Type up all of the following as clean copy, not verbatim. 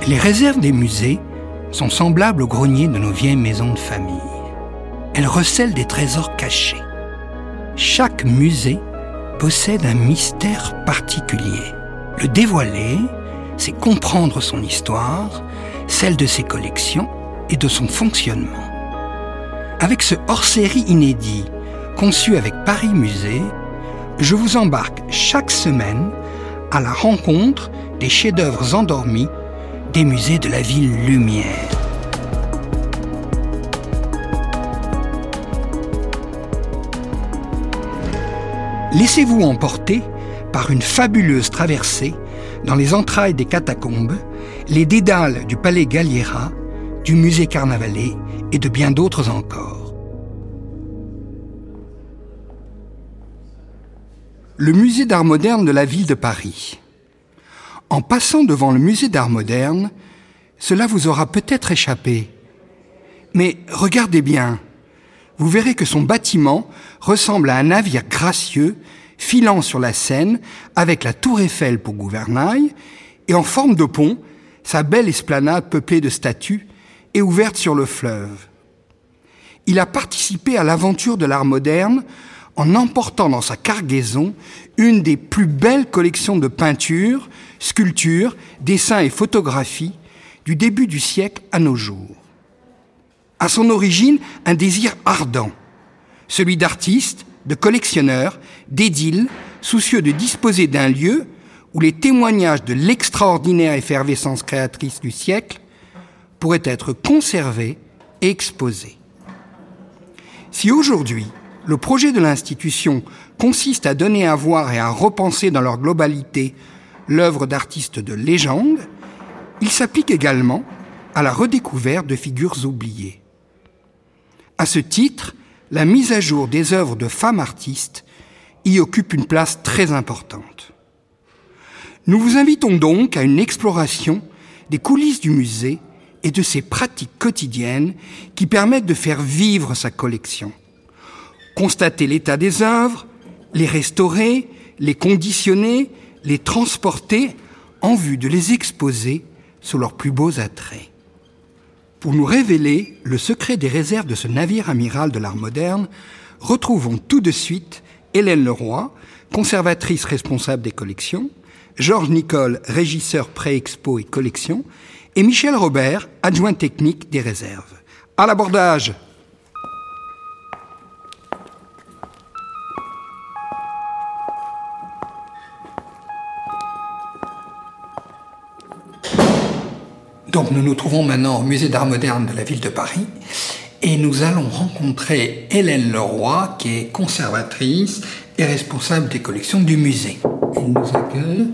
Les réserves des musées sont semblables aux greniers de nos vieilles maisons de famille. Elles recèlent des trésors cachés. Chaque musée possède un mystère particulier. Le dévoiler, c'est comprendre son histoire, celle de ses collections et de son fonctionnement. Avec ce hors-série inédit, conçu avec Paris Musée, je vous embarque chaque semaine à la rencontre des chefs-d'œuvre endormis des musées de la ville lumière. Laissez-vous emporter par une fabuleuse traversée dans les entrailles des catacombes, les dédales du palais Galliera, du musée Carnavalet et de bien d'autres encore. Le musée d'art moderne de la ville de Paris. En passant devant le musée d'art moderne, cela vous aura peut-être échappé. Mais regardez bien, vous verrez que son bâtiment ressemble à un navire gracieux filant sur la Seine avec la tour Eiffel pour gouvernail et en forme de pont, sa belle esplanade peuplée de statues et ouverte sur le fleuve. Il a participé à l'aventure de l'art moderne en emportant dans sa cargaison une des plus belles collections de peintures, sculptures, dessins et photographies du début du siècle à nos jours. À son origine, un désir ardent, celui d'artistes, de collectionneurs, d'édiles, soucieux de disposer d'un lieu où les témoignages de l'extraordinaire effervescence créatrice du siècle pourraient être conservés et exposés. Si aujourd'hui, le projet de l'institution consiste à donner à voir et à repenser dans leur globalité l'œuvre d'artistes de légende, il s'applique également à la redécouverte de figures oubliées. À ce titre, la mise à jour des œuvres de femmes artistes y occupe une place très importante. Nous vous invitons donc à une exploration des coulisses du musée et de ses pratiques quotidiennes qui permettent de faire vivre sa collection. Constater l'état des œuvres, les restaurer, les conditionner, les transporter en vue de les exposer sous leurs plus beaux attraits. Pour nous révéler le secret des réserves de ce navire amiral de l'art moderne, retrouvons tout de suite Hélène Leroy, conservatrice responsable des collections, Georges Nicole, régisseur pré-expo et collection, et Michel Robert, adjoint technique des réserves. À l'abordage! Donc nous nous trouvons maintenant au musée d'art moderne de la ville de Paris et nous allons rencontrer Hélène Leroy qui est conservatrice et responsable des collections du musée. Elle nous accueille.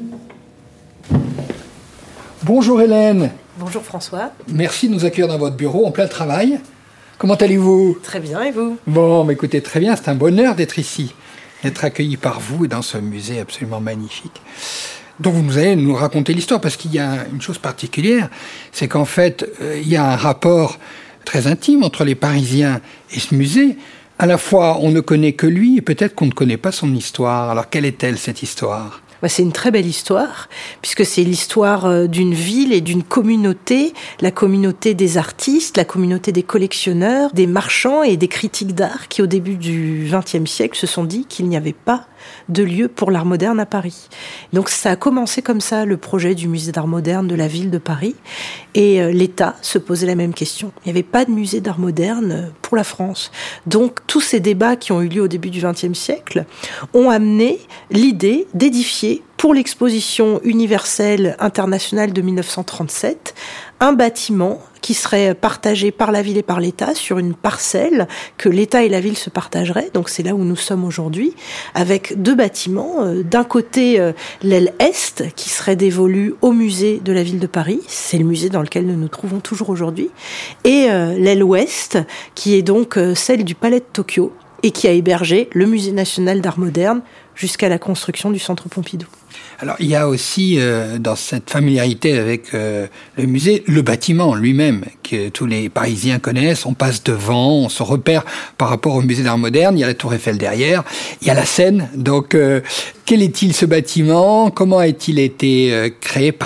Bonjour Hélène. Bonjour François. Merci de nous accueillir dans votre bureau en plein travail. Comment allez-vous ? Très bien, et vous ? Bon, mais écoutez, très bien, c'est un bonheur d'être ici, d'être accueilli par vous et dans ce musée absolument magnifique. Donc vous allez nous raconter l'histoire, parce qu'il y a une chose particulière, c'est qu'en fait, il y a un rapport très intime entre les Parisiens et ce musée. À la fois, on ne connaît que lui, et peut-être qu'on ne connaît pas son histoire. Alors, quelle est-elle, cette histoire ? C'est une très belle histoire, puisque c'est l'histoire d'une ville et d'une communauté, la communauté des artistes, la communauté des collectionneurs, des marchands et des critiques d'art qui, au début du XXe siècle, se sont dit qu'il n'y avait pas de lieu pour l'art moderne à Paris. Donc ça a commencé comme ça, le projet du musée d'art moderne de la ville de Paris, et l'État se posait la même question. Il n'y avait pas de musée d'art moderne pour la France. Donc tous ces débats qui ont eu lieu au début du XXe siècle ont amené l'idée d'édifier pour l'exposition universelle internationale de 1937 un bâtiment qui serait partagé par la ville et par l'État sur une parcelle que l'État et la ville se partageraient. Donc c'est là où nous sommes aujourd'hui, avec deux bâtiments. D'un côté, l'aile Est, qui serait dévolue au musée de la ville de Paris. C'est le musée dans lequel nous nous trouvons toujours aujourd'hui. Et l'aile Ouest, qui est donc celle du Palais de Tokyo, et qui a hébergé le Musée national d'art moderne jusqu'à la construction du Centre Pompidou. Alors, il y a aussi, dans cette familiarité avec le musée, le bâtiment lui-même, que tous les Parisiens connaissent. On passe devant, on se repère par rapport au musée d'art moderne. Il y a la Tour Eiffel derrière, il y a la Seine. Donc, quel est-il ce bâtiment ? Comment a-t-il été créé ? Par qui ?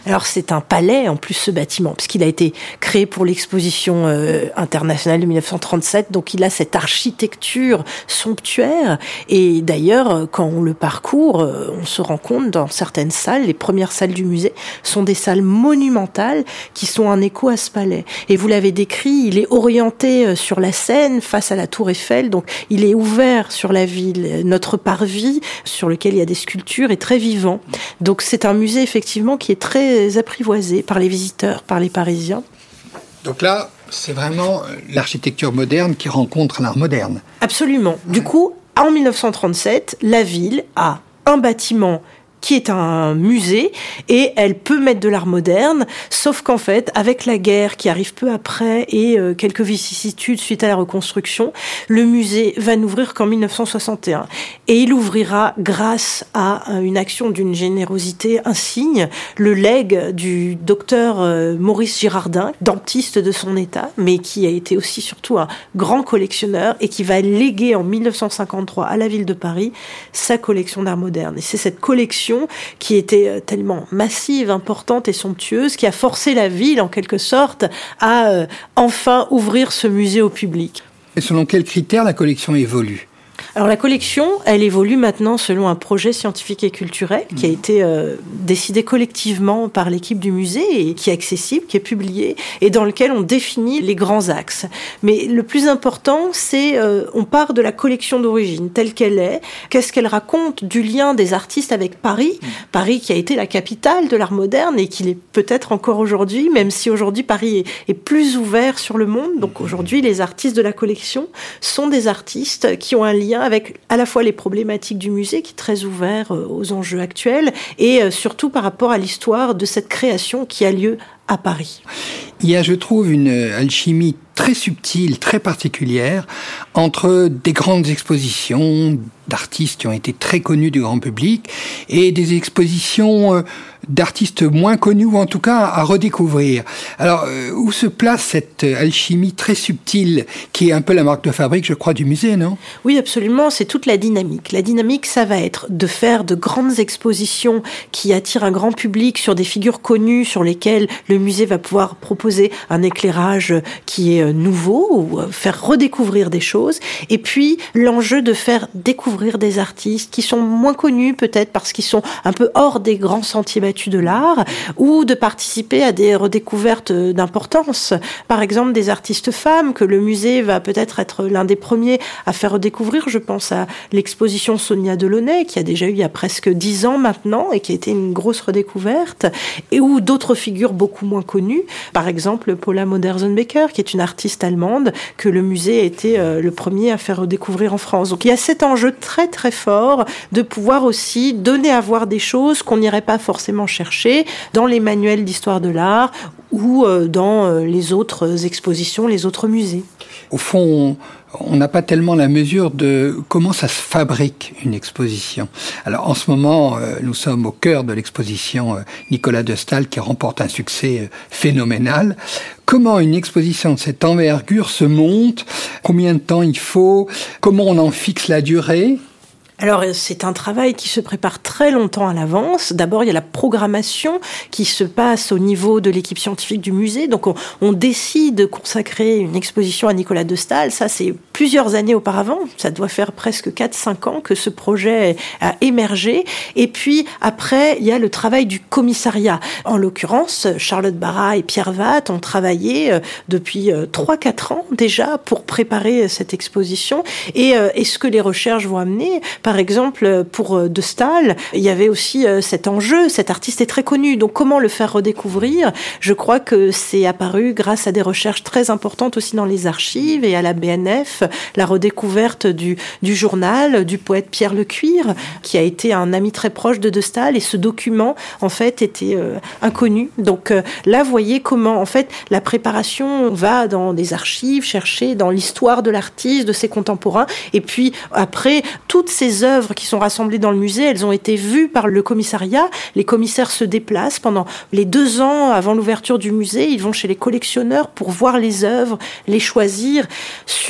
Alors c'est un palais en plus ce bâtiment, puisqu'il a été créé pour l'exposition internationale de 1937, donc il a cette architecture somptuaire, et d'ailleurs quand on le parcourt, on se rend compte dans certaines salles, les premières salles du musée sont des salles monumentales qui sont un écho à ce palais. Et vous l'avez décrit, il est orienté sur la Seine face à la Tour Eiffel, donc il est ouvert sur la ville. Notre parvis sur lequel il y a des sculptures est très vivant. Donc c'est un musée effectivement qui est très apprivoisé par les visiteurs, par les Parisiens. Donc là, c'est vraiment l'architecture moderne qui rencontre l'art moderne. Absolument. Du coup, en 1937, la ville a un bâtiment qui est un musée, et elle peut mettre de l'art moderne, sauf qu'en fait, avec la guerre qui arrive peu après et quelques vicissitudes suite à la reconstruction, le musée va n'ouvrir qu'en 1961. Et il ouvrira grâce à une action d'une générosité insigne, le legs du docteur Maurice Girardin, dentiste de son état, mais qui a été aussi surtout un grand collectionneur et qui va léguer en 1953 à la ville de Paris sa collection d'art moderne. Et c'est cette collection qui était tellement massive, importante et somptueuse, qui a forcé la ville, en quelque sorte, à enfin ouvrir ce musée au public. Et selon quels critères la collection évolue ? Alors la collection, elle évolue maintenant selon un projet scientifique et culturel qui a été décidé collectivement par l'équipe du musée et qui est accessible, qui est publié et dans lequel on définit les grands axes. Mais le plus important, c'est on part de la collection d'origine telle qu'elle est. Qu'est-ce qu'elle raconte du lien des artistes avec Paris ? Paris qui a été la capitale de l'art moderne et qui l'est peut-être encore aujourd'hui, même si aujourd'hui Paris est plus ouvert sur le monde. Donc aujourd'hui, les artistes de la collection sont des artistes qui ont un lien avec à la fois les problématiques du musée, qui est très ouvert aux enjeux actuels, et surtout par rapport à l'histoire de cette création qui a lieu à Paris. Il y a, je trouve, une alchimie très subtile, très particulière, entre des grandes expositions d'artistes qui ont été très connus du grand public et des expositions d'artistes moins connus, ou en tout cas à redécouvrir. Alors, où se place cette alchimie très subtile, qui est un peu la marque de fabrique, je crois, du musée, non ? Oui, absolument, c'est toute la dynamique. La dynamique, ça va être de faire de grandes expositions qui attirent un grand public sur des figures connues, sur lesquelles le musée va pouvoir proposer un éclairage qui est nouveau, ou faire redécouvrir des choses. Et puis, l'enjeu de faire découvrir des artistes qui sont moins connus, peut-être parce qu'ils sont un peu hors des grands sentiers battus de l'art, ou de participer à des redécouvertes d'importance. Par exemple, des artistes femmes que le musée va peut-être être l'un des premiers à faire redécouvrir. Je pense à l'exposition Sonia Delaunay, qui a déjà eu il y a presque 10 ans maintenant, et qui a été une grosse redécouverte, et ou d'autres figures beaucoup moins connues. Par exemple, Paula Modersohn-Becker, qui est une artiste allemande, que le musée a été le premier à faire redécouvrir en France. Donc il y a cet enjeu très très fort de pouvoir aussi donner à voir des choses qu'on n'irait pas forcément chercher dans les manuels d'histoire de l'art ou dans les autres expositions, les autres musées. Au fond, on n'a pas tellement la mesure de comment ça se fabrique une exposition. Alors en ce moment, nous sommes au cœur de l'exposition Nicolas de Staël qui remporte un succès phénoménal. Comment une exposition de cette envergure se monte ? Combien de temps il faut ? Comment on en fixe la durée ? Alors, c'est un travail qui se prépare très longtemps à l'avance. D'abord, il y a la programmation qui se passe au niveau de l'équipe scientifique du musée. Donc, on décide de consacrer une exposition à Nicolas de Staël. Ça, c'est plusieurs années auparavant. Ça doit faire presque 4-5 ans que ce projet a émergé. Et puis, après, il y a le travail du commissariat. En l'occurrence, Charlotte Barra et Pierre Vatte ont travaillé depuis 3-4 ans déjà pour préparer cette exposition. Et ce que les recherches vont amener... Par exemple, pour de Staël, il y avait aussi cet enjeu. Cet artiste est très connu, donc comment le faire redécouvrir ? Je crois que c'est apparu grâce à des recherches très importantes aussi dans les archives et à la BNF, la redécouverte du journal du poète Pierre Lecuir, qui a été un ami très proche de Staël, et ce document, en fait, était inconnu. Donc là, vous voyez comment, en fait, la préparation va dans des archives, chercher dans l'histoire de l'artiste, de ses contemporains, et puis après, toutes ces œuvres qui sont rassemblées dans le musée, elles ont été vues par le commissariat. Les commissaires se déplacent pendant les 2 ans avant l'ouverture du musée. Ils vont chez les collectionneurs pour voir les œuvres, les choisir sur un corpus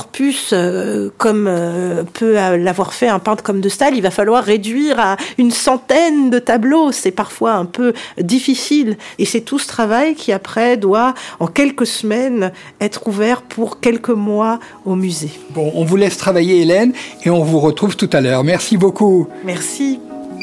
corpus comme peut l'avoir fait un peintre comme de Staël, il va falloir réduire à une centaine de tableaux. C'est parfois un peu difficile. Et c'est tout ce travail qui, après, doit, en quelques semaines, être ouvert pour quelques mois au musée. Bon, on vous laisse travailler, Hélène, et on vous retrouve tout à l'heure. Merci beaucoup. Merci.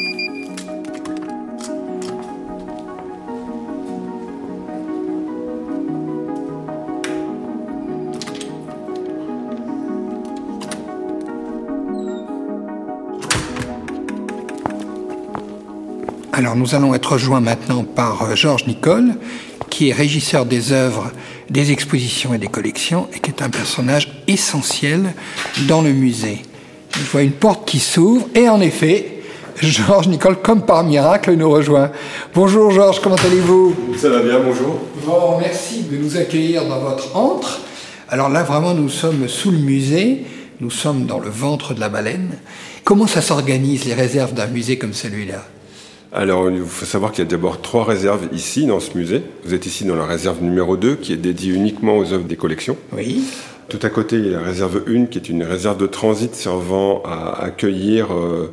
Alors, nous allons être rejoints maintenant par Georges Nicole, qui est régisseur des œuvres, des expositions et des collections, et qui est un personnage essentiel dans le musée. Je vois une porte qui s'ouvre, et en effet, Georges Nicole, comme par miracle, nous rejoint. Bonjour Georges, comment allez-vous ? Ça va bien, bonjour. Bon, merci de nous accueillir dans votre antre. Alors là, vraiment, nous sommes sous le musée, nous sommes dans le ventre de la baleine. Comment ça s'organise, les réserves d'un musée comme celui-là ? Alors, il faut savoir qu'il y a d'abord 3 réserves ici, dans ce musée. Vous êtes ici dans la réserve numéro 2, qui est dédiée uniquement aux œuvres des collections. Oui. Tout à côté, il y a la réserve 1, qui est une réserve de transit servant à accueillir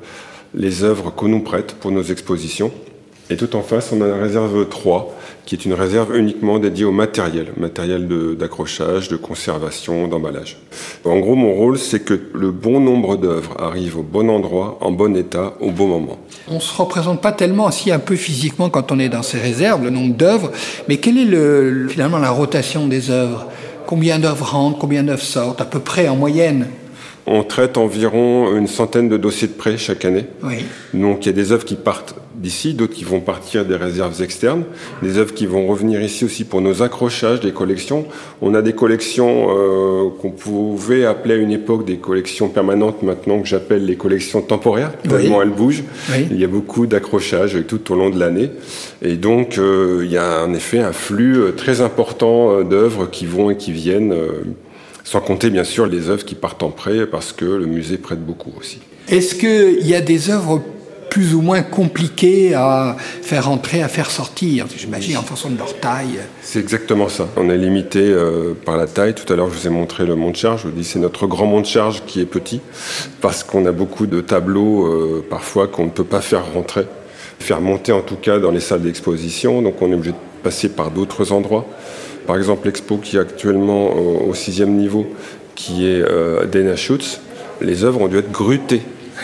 les œuvres qu'on nous prête pour nos expositions. Et tout en face, on a la réserve 3, qui est une réserve uniquement dédiée au matériel d'accrochage, de conservation, d'emballage. En gros, mon rôle, c'est que le bon nombre d'œuvres arrivent au bon endroit, en bon état, au bon moment. On ne se représente pas tellement, si un peu physiquement, quand on est dans ces réserves, le nombre d'œuvres, mais quelle est finalement la rotation des œuvres ? Combien d'œuvres rentrent, combien d'œuvres sortent, à peu près en moyenne ? On traite environ une centaine de dossiers de prêt chaque année. Oui. Donc il y a des œuvres qui partent d'ici, d'autres qui vont partir des réserves externes, des œuvres qui vont revenir ici aussi pour nos accrochages, des collections. On a des collections qu'on pouvait appeler à une époque des collections permanentes, maintenant que j'appelle les collections temporaires, tellement elles bougent. Oui. Il y a beaucoup d'accrochages tout au long de l'année. Et donc il y a en effet un flux très important d'œuvres qui vont et qui viennent. Sans compter, bien sûr, les œuvres qui partent en prêt, parce que le musée prête beaucoup aussi. Est-ce qu'il y a des œuvres plus ou moins compliquées à faire entrer, à faire sortir, j'imagine, en fonction de leur taille? C'est exactement ça. On est limité par la taille. Tout à l'heure, je vous ai montré le mont de charge. Je vous dis, c'est notre grand mont de charge qui est petit, parce qu'on a beaucoup de tableaux, parfois, qu'on ne peut pas faire rentrer, faire monter en tout cas dans les salles d'exposition. Donc, on est obligé de passer par d'autres endroits. Par exemple, l'expo qui est actuellement au 6e niveau, qui est Dana Schutz, les œuvres ont dû être grutées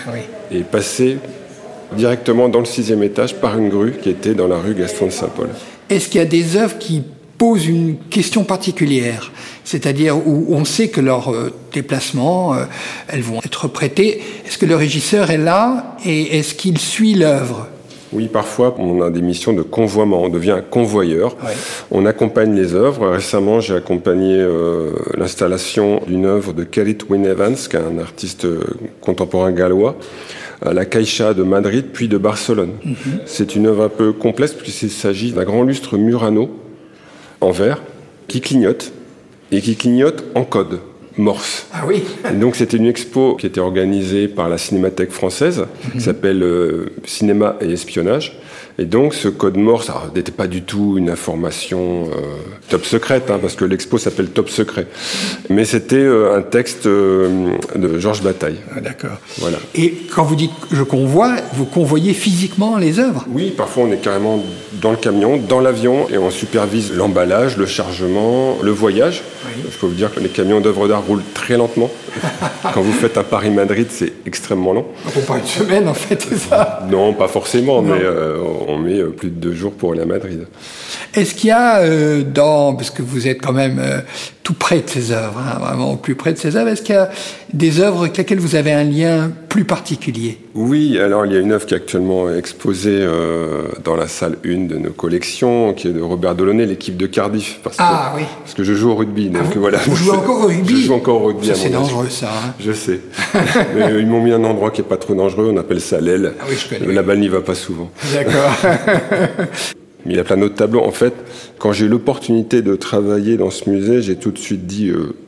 et passées directement dans le 6e étage par une grue qui était dans la rue Gaston de Saint-Paul. Est-ce qu'il y a des œuvres qui posent une question particulière, c'est-à-dire où on sait que leur déplacement, elles vont être prêtées? Est-ce que le régisseur est là et est-ce qu'il suit l'œuvre? Oui, parfois, on a des missions de convoiement. On devient un convoyeur. Ouais. On accompagne les œuvres. Récemment, j'ai accompagné l'installation d'une œuvre de Kerit Wynne Evans, qui est un artiste contemporain gallois, à la Caixa de Madrid, puis de Barcelone. Mm-hmm. C'est une œuvre un peu complexe, puisqu'il s'agit d'un grand lustre Murano, en verre, qui clignote, et qui clignote en code. Morse. Ah oui. Et donc c'était une expo qui était organisée par la Cinémathèque française, qui s'appelle Cinéma et Espionnage. Et donc ce code Morse n'était pas du tout une information top secrète, parce que l'expo s'appelle Top Secret. Mais c'était un texte de Georges Bataille. Ah, d'accord. Voilà. Et quand vous dites je convoie, vous convoyez physiquement les œuvres? Oui, parfois on est carrément dans le camion, dans l'avion, et on supervise l'emballage, le chargement, le voyage. Oui. Je peux vous dire que les camions d'œuvres d'art roulent très lentement. Quand vous faites un Paris-Madrid, c'est extrêmement long. Pour pas une semaine, en fait, c'est ça? Non, pas forcément, non. Mais on met plus de 2 jours pour aller à Madrid. Est-ce qu'il y a parce que vous êtes quand même tout près de ces œuvres, vraiment au plus près de ces œuvres, est-ce qu'il y a des œuvres avec lesquelles vous avez un lien plus particulier? Oui, alors il y a une œuvre qui est actuellement exposée dans la salle 1 de nos collections, qui est de Robert Delaunay, l'équipe de Cardiff. Parce que je joue au rugby, donc voilà. Vous jouez encore au rugby? Je joue encore au rugby. Ça, c'est dangereux, ça. Je sais. Mais ils m'ont mis un endroit qui est pas trop dangereux, on appelle ça l'aile. Ah oui, je connais. La balle n'y va pas souvent. D'accord. Mais il y a plein d'autres tableaux. En fait, quand j'ai eu l'opportunité de travailler dans ce musée, j'ai tout de suite dit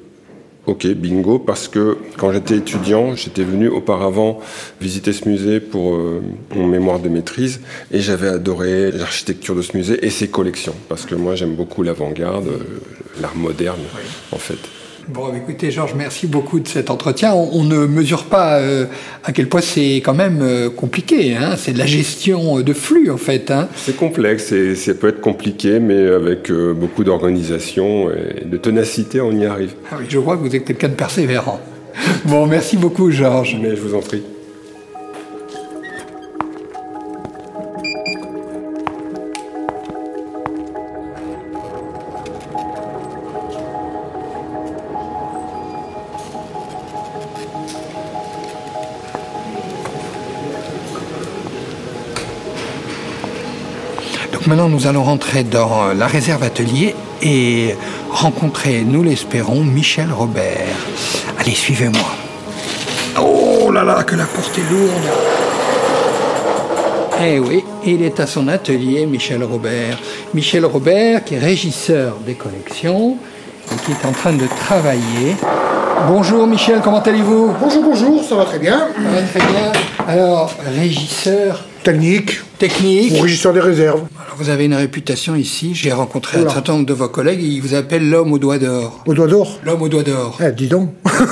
ok, bingo, parce que quand j'étais étudiant, j'étais venu auparavant visiter ce musée pour mon mémoire de maîtrise, et j'avais adoré l'architecture de ce musée et ses collections, parce que moi j'aime beaucoup l'avant-garde, l'art moderne, en fait. Bon, écoutez, Georges, merci beaucoup de cet entretien. On ne mesure pas à quel point c'est quand même compliqué. Hein. C'est de la gestion de flux, en fait. Hein. C'est complexe et ça peut être compliqué, mais avec beaucoup d'organisation et de ténacité, on y arrive. Ah oui, je vois que vous êtes quelqu'un de persévérant. Bon, merci beaucoup, Georges. Mais je vous en prie. Maintenant, nous allons rentrer dans la réserve atelier et rencontrer, nous l'espérons, Michel Robert. Allez, suivez-moi. Oh là là, que la porte est lourde. Eh oui, il est à son atelier, Michel Robert. Michel Robert, qui est régisseur des collections et qui est en train de travailler. Bonjour Michel, comment allez-vous? Bonjour, ça va très bien. Ça va très bien. Alors, régisseur... Technique. Ou régisseur des réserves. Alors, vous avez une réputation ici. J'ai rencontré un certain nombre de vos collègues et ils vous appellent l'homme aux doigts d'or. Au doigt d'or? L'homme aux doigts d'or. Dis donc.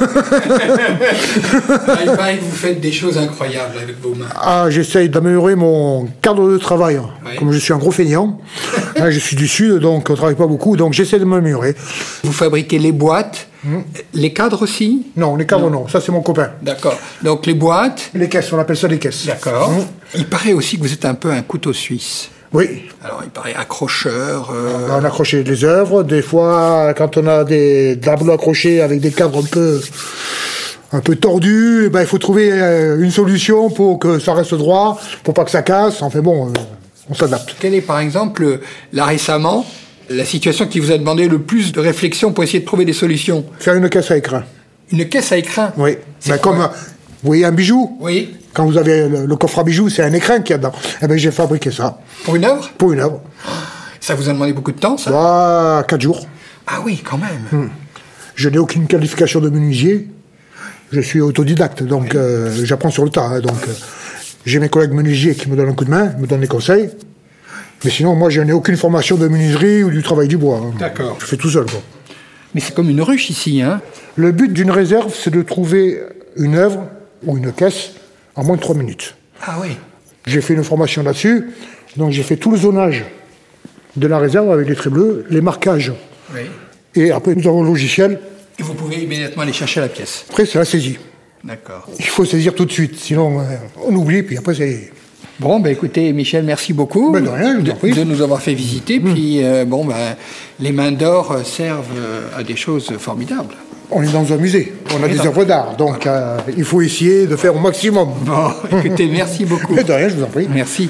Il paraît que vous faites des choses incroyables avec vos mains. J'essaye d'améliorer mon cadre de travail. Oui. Comme je suis un gros feignant, je suis du Sud, donc on ne travaille pas beaucoup, donc j'essaie de m'améliorer. Vous fabriquez les boîtes, les cadres aussi? Non, les cadres non, ça c'est mon copain. D'accord. Donc les boîtes... Les caisses, on appelle ça des caisses. D'accord. Il paraît aussi que vous êtes un peu un couteau suisse. Oui. Alors, il paraît accrocheur. On accroche les œuvres. Des fois, quand on a des tableaux accrochés avec des cadres un peu tordus, il faut trouver une solution pour que ça reste droit, pour pas que ça casse. Enfin bon, on s'adapte. Quelle est, par exemple, là récemment, la situation qui vous a demandé le plus de réflexion pour essayer de trouver des solutions? Faire une caisse à écrin. Une caisse à écrin? Oui. Comme, vous voyez un bijou? Oui. Quand vous avez le coffre à bijoux, c'est un écrin qu'il y a dedans. J'ai fabriqué ça. Pour une œuvre? Pour une œuvre. Ça vous a demandé beaucoup de temps, ça? 4 jours. Ah oui, quand même. Je n'ai aucune qualification de menuisier. Je suis autodidacte, donc j'apprends sur le tas. J'ai mes collègues menuisiers qui me donnent un coup de main, me donnent des conseils. Mais sinon, moi, je n'ai aucune formation de menuiserie ou du travail du bois. D'accord. Je fais tout seul, quoi. Mais c'est comme une ruche ici, hein? Le but d'une réserve, c'est de trouver une œuvre ou une caisse en moins de 3 minutes. Ah oui. J'ai fait une formation là-dessus, donc j'ai fait tout le zonage de la réserve avec les traits bleus, les marquages. Oui. Et après, nous avons le logiciel. Et vous pouvez immédiatement aller chercher la pièce. Après, c'est la saisie. D'accord. Il faut saisir tout de suite, sinon on oublie, puis après c'est... Bon, écoutez, Michel, merci beaucoup De rien, je vous en prie. de nous avoir fait visiter. Puis, les mains d'or servent à des choses formidables. On est dans un musée, on a des œuvres d'art, donc il faut essayer de faire au maximum. Bon, écoutez, merci beaucoup. De rien, je vous en prie. Merci.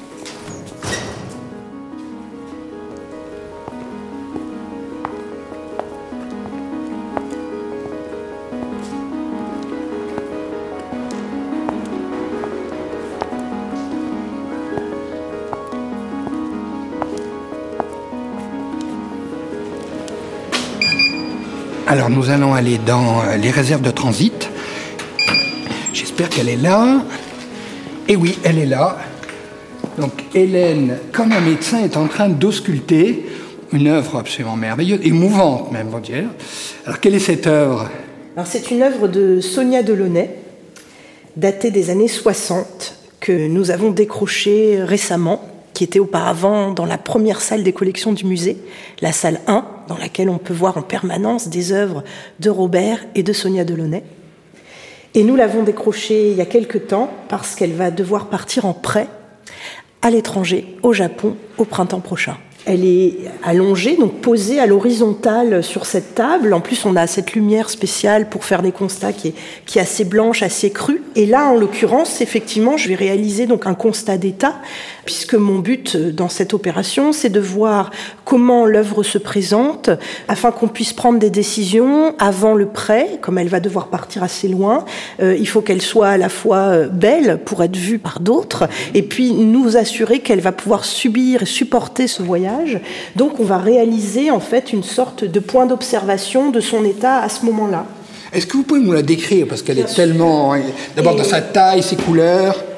Alors, nous allons aller dans les réserves de transit. J'espère qu'elle est là. Et oui, elle est là. Donc, Hélène, comme un médecin, est en train d'ausculter une œuvre absolument merveilleuse, émouvante même, on dirait. Alors, quelle est cette œuvre? Alors, c'est une œuvre de Sonia Delaunay, datée des années 60, que nous avons décrochée récemment, qui était auparavant dans la première salle des collections du musée, la salle 1, dans laquelle on peut voir en permanence des œuvres de Robert et de Sonia Delaunay. Et nous l'avons décrochée il y a quelque temps parce qu'elle va devoir partir en prêt à l'étranger, au Japon, au printemps prochain. Elle est allongée, donc posée à l'horizontale sur cette table. En plus, on a cette lumière spéciale pour faire des constats qui est assez blanche, assez crue. Et là, en l'occurrence, effectivement, je vais réaliser donc un constat d'état, puisque mon but dans cette opération, c'est de voir comment l'œuvre se présente, afin qu'on puisse prendre des décisions avant le prêt. Comme elle va devoir partir assez loin, il faut qu'elle soit à la fois belle pour être vue par d'autres, et puis nous assurer qu'elle va pouvoir subir et supporter ce voyage. Donc on va réaliser en fait une sorte de point d'observation de son état à ce moment-là. Est-ce que vous pouvez nous la décrire? Parce qu'elle est tellement... D'abord dans sa taille, ses couleurs...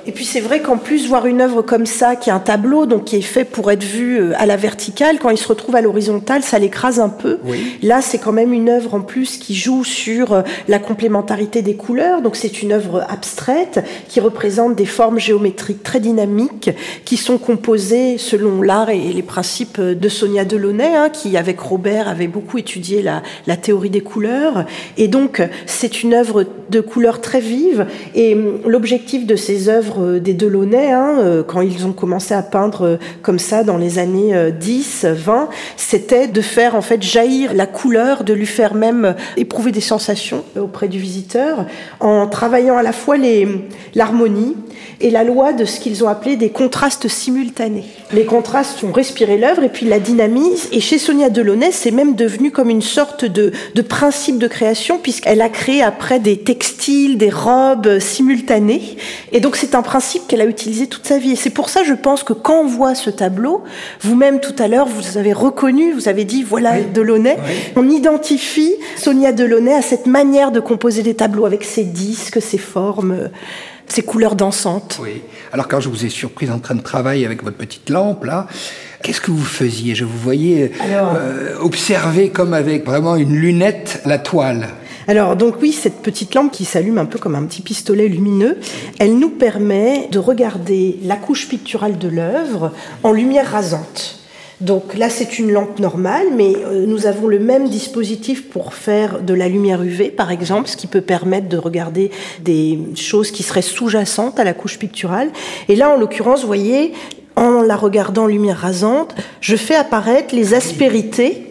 Et puis c'est vrai qu'en plus, voir une œuvre comme ça, qui est un tableau, donc qui est fait pour être vu à la verticale, quand il se retrouve à l'horizontale, ça l'écrase un peu. Oui. Là, c'est quand même une œuvre en plus qui joue sur la complémentarité des couleurs. Donc c'est une œuvre abstraite qui représente des formes géométriques très dynamiques qui sont composées selon l'art et les principes de Sonia Delaunay, qui avec Robert avait beaucoup étudié la théorie des couleurs. Et donc c'est une œuvre de couleurs très vives. Et l'objectif de ces œuvres des Delaunay, quand ils ont commencé à peindre comme ça dans les années 10, 20, c'était de faire en fait jaillir la couleur, de lui faire même éprouver des sensations auprès du visiteur, en travaillant à la fois l'harmonie et la loi de ce qu'ils ont appelé des contrastes simultanés. Les contrastes font respirer l'œuvre et puis la dynamisent. Et chez Sonia Delaunay, c'est même devenu comme une sorte de principe de création, puisqu'elle a créé après des textiles, des robes simultanées. Et donc c'est un principe qu'elle a utilisé toute sa vie. Et c'est pour ça, je pense, que quand on voit ce tableau, vous-même tout à l'heure, vous avez reconnu, vous avez dit, voilà, oui. Delaunay. Oui. On identifie Sonia Delaunay à cette manière de composer des tableaux avec ses disques, ses formes, ces couleurs dansantes. Oui. Alors quand je vous ai surprise en train de travailler avec votre petite lampe, là, qu'est-ce que vous faisiez ? Je vous voyais observer comme avec vraiment une lunette la toile. Alors donc oui, cette petite lampe qui s'allume un peu comme un petit pistolet lumineux, elle nous permet de regarder la couche picturale de l'œuvre en lumière rasante. Donc là, c'est une lampe normale, mais nous avons le même dispositif pour faire de la lumière UV, par exemple, ce qui peut permettre de regarder des choses qui seraient sous-jacentes à la couche picturale. Et là, en l'occurrence, vous voyez, en la regardant en lumière rasante, je fais apparaître les aspérités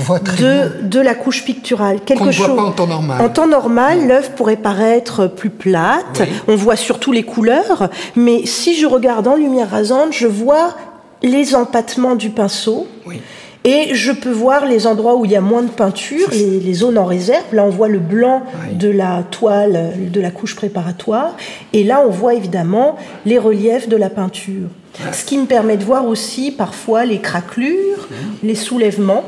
de la couche picturale. Qu'on ne voit pas en temps normal. En temps normal, l'œuvre pourrait paraître plus plate, oui. On voit surtout les couleurs, mais si je regarde en lumière rasante, je vois les empattements du pinceau, oui. Et je peux voir les endroits où il y a moins de peinture, les zones en réserve. Là, on voit le blanc oui. de la toile, de la couche préparatoire. Et là, on voit évidemment les reliefs de la peinture. Ouais. Ce qui me permet de voir aussi parfois les craquelures, les soulèvements.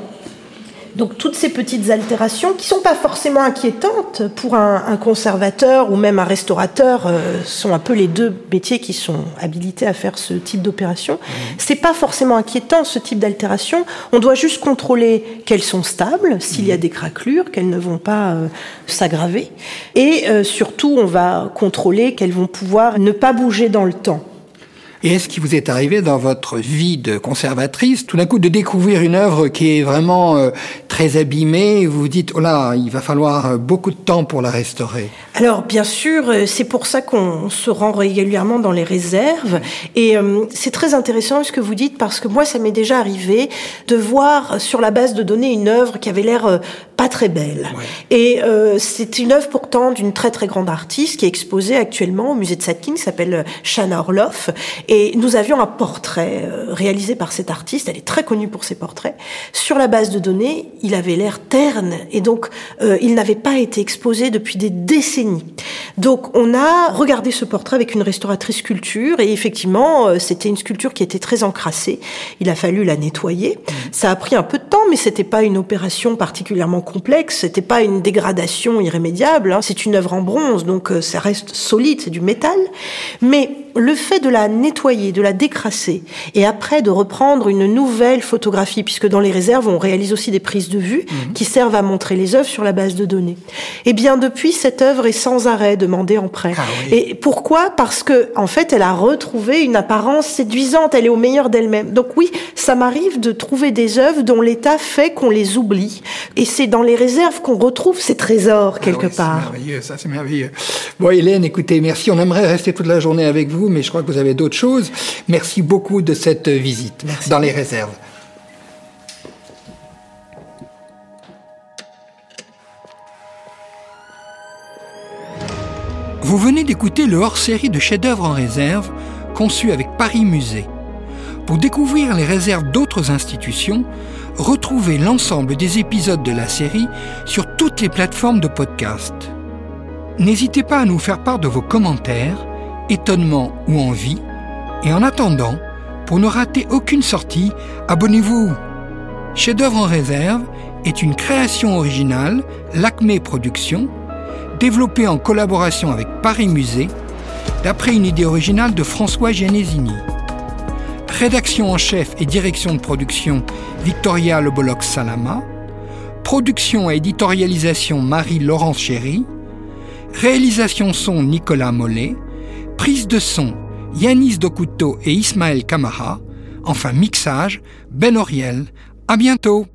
Donc toutes ces petites altérations qui sont pas forcément inquiétantes pour un conservateur ou même un restaurateur, sont un peu les deux métiers qui sont habilités à faire ce type d'opération. C'est pas forcément inquiétant ce type d'altération. On doit juste contrôler qu'elles sont stables, s'il y a des craquelures, qu'elles ne vont pas s'aggraver, et surtout on va contrôler qu'elles vont pouvoir ne pas bouger dans le temps. Et est-ce qu'il vous est arrivé dans votre vie de conservatrice, tout d'un coup, de découvrir une œuvre qui est vraiment très abîmée et vous vous dites, oh là, il va falloir beaucoup de temps pour la restaurer ? Alors, bien sûr, c'est pour ça qu'on se rend régulièrement dans les réserves. Et c'est très intéressant ce que vous dites, parce que moi, ça m'est déjà arrivé de voir sur la base de données une œuvre qui avait l'air pas très belle. Ouais. Et c'est une œuvre pourtant d'une très très grande artiste qui est exposée actuellement au musée de Satkin, qui s'appelle Shana Orloff. Et nous avions un portrait réalisé par cette artiste, elle est très connue pour ses portraits. Sur la base de données, il avait l'air terne et donc il n'avait pas été exposé depuis des décennies. Donc on a regardé ce portrait avec une restauratrice sculpture et effectivement c'était une sculpture qui était très encrassée. Il a fallu la nettoyer. Ça a pris un peu de temps, mais c'était pas une opération particulièrement complexe, c'était pas une dégradation irrémédiable. C'est une œuvre en bronze, donc ça reste solide, c'est du métal. Mais le fait de la nettoyer, de la décrasser, et après de reprendre une nouvelle photographie, puisque dans les réserves, on réalise aussi des prises de vue qui servent à montrer les œuvres sur la base de données. Eh bien, depuis, cette œuvre est sans arrêt demandée en prêt. Ah oui. Et pourquoi ? Parce que, en fait, elle a retrouvé une apparence séduisante, elle est au meilleur d'elle-même. Donc oui, ça m'arrive de trouver des œuvres dont l'état fait qu'on les oublie. Et c'est dans les réserves qu'on retrouve ces trésors, quelque part. C'est merveilleux, ça, c'est merveilleux. Bon, Hélène, écoutez, merci. On aimerait rester toute la journée avec vous, mais je crois que vous avez d'autres choses. Merci beaucoup de cette visite dans les réserves. Vous venez d'écouter le hors-série de chefs-d'œuvre en réserve, conçu avec Paris Musée. Pour découvrir les réserves d'autres institutions, retrouvez l'ensemble des épisodes de la série sur toutes les plateformes de podcast. N'hésitez pas à nous faire part de vos commentaires, étonnements ou envies. Et en attendant, pour ne rater aucune sortie, abonnez-vous. Chef-d'œuvre en réserve est une création originale, l'Acmé Productions, développée en collaboration avec Paris Musée, d'après une idée originale de François Genesini. Rédaction en chef et direction de production, Victoria Lebolox-Salama. Production et éditorialisation, Marie-Laurence Chéry. Réalisation son, Nicolas Mollet. Prise de son, Yanis Dokuto et Ismaël Camara. Enfin, mixage, Ben Auriel. À bientôt!